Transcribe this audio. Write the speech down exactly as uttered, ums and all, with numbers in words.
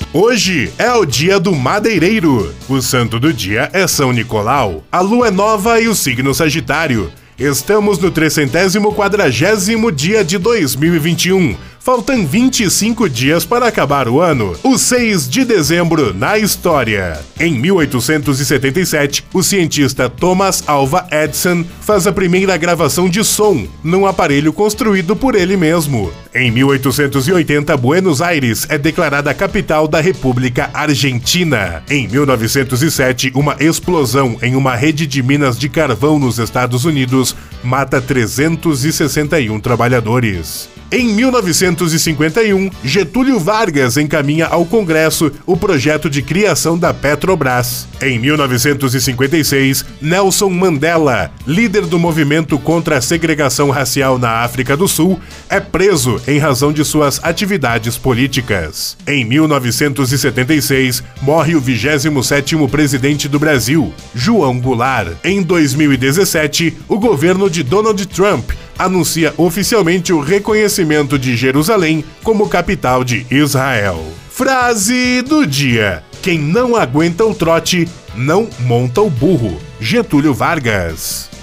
Hoje é o dia do madeireiro. O santo do dia é São Nicolau. A lua é nova e o signo Sagitário. Estamos no trecentésimo quadragésimo dia de dois mil e vinte e um. Faltam vinte e cinco dias para acabar o ano. O seis de dezembro na história. Em mil oitocentos e setenta e sete, o cientista Thomas Alva Edison faz a primeira gravação de som num aparelho construído por ele mesmo. Em mil oitocentos e oitenta, Buenos Aires é declarada capital da República Argentina. Em mil novecentos e sete, uma explosão em uma rede de minas de carvão nos Estados Unidos mata trezentos e sessenta e um trabalhadores. Em mil novecentos e cinquenta e um, Getúlio Vargas encaminha ao Congresso o projeto de criação da Petrobras. Em mil novecentos e cinquenta e seis, Nelson Mandela, líder do movimento contra a segregação racial na África do Sul, é preso em razão de suas atividades políticas. Em mil novecentos e setenta e seis, morre o vigésimo sétimo presidente do Brasil, João Goulart. Em dois mil e dezessete, o governo de Donald Trump anuncia oficialmente o reconhecimento de Jerusalém como capital de Israel. Frase do dia: quem não aguenta o trote, não monta o burro. Getúlio Vargas.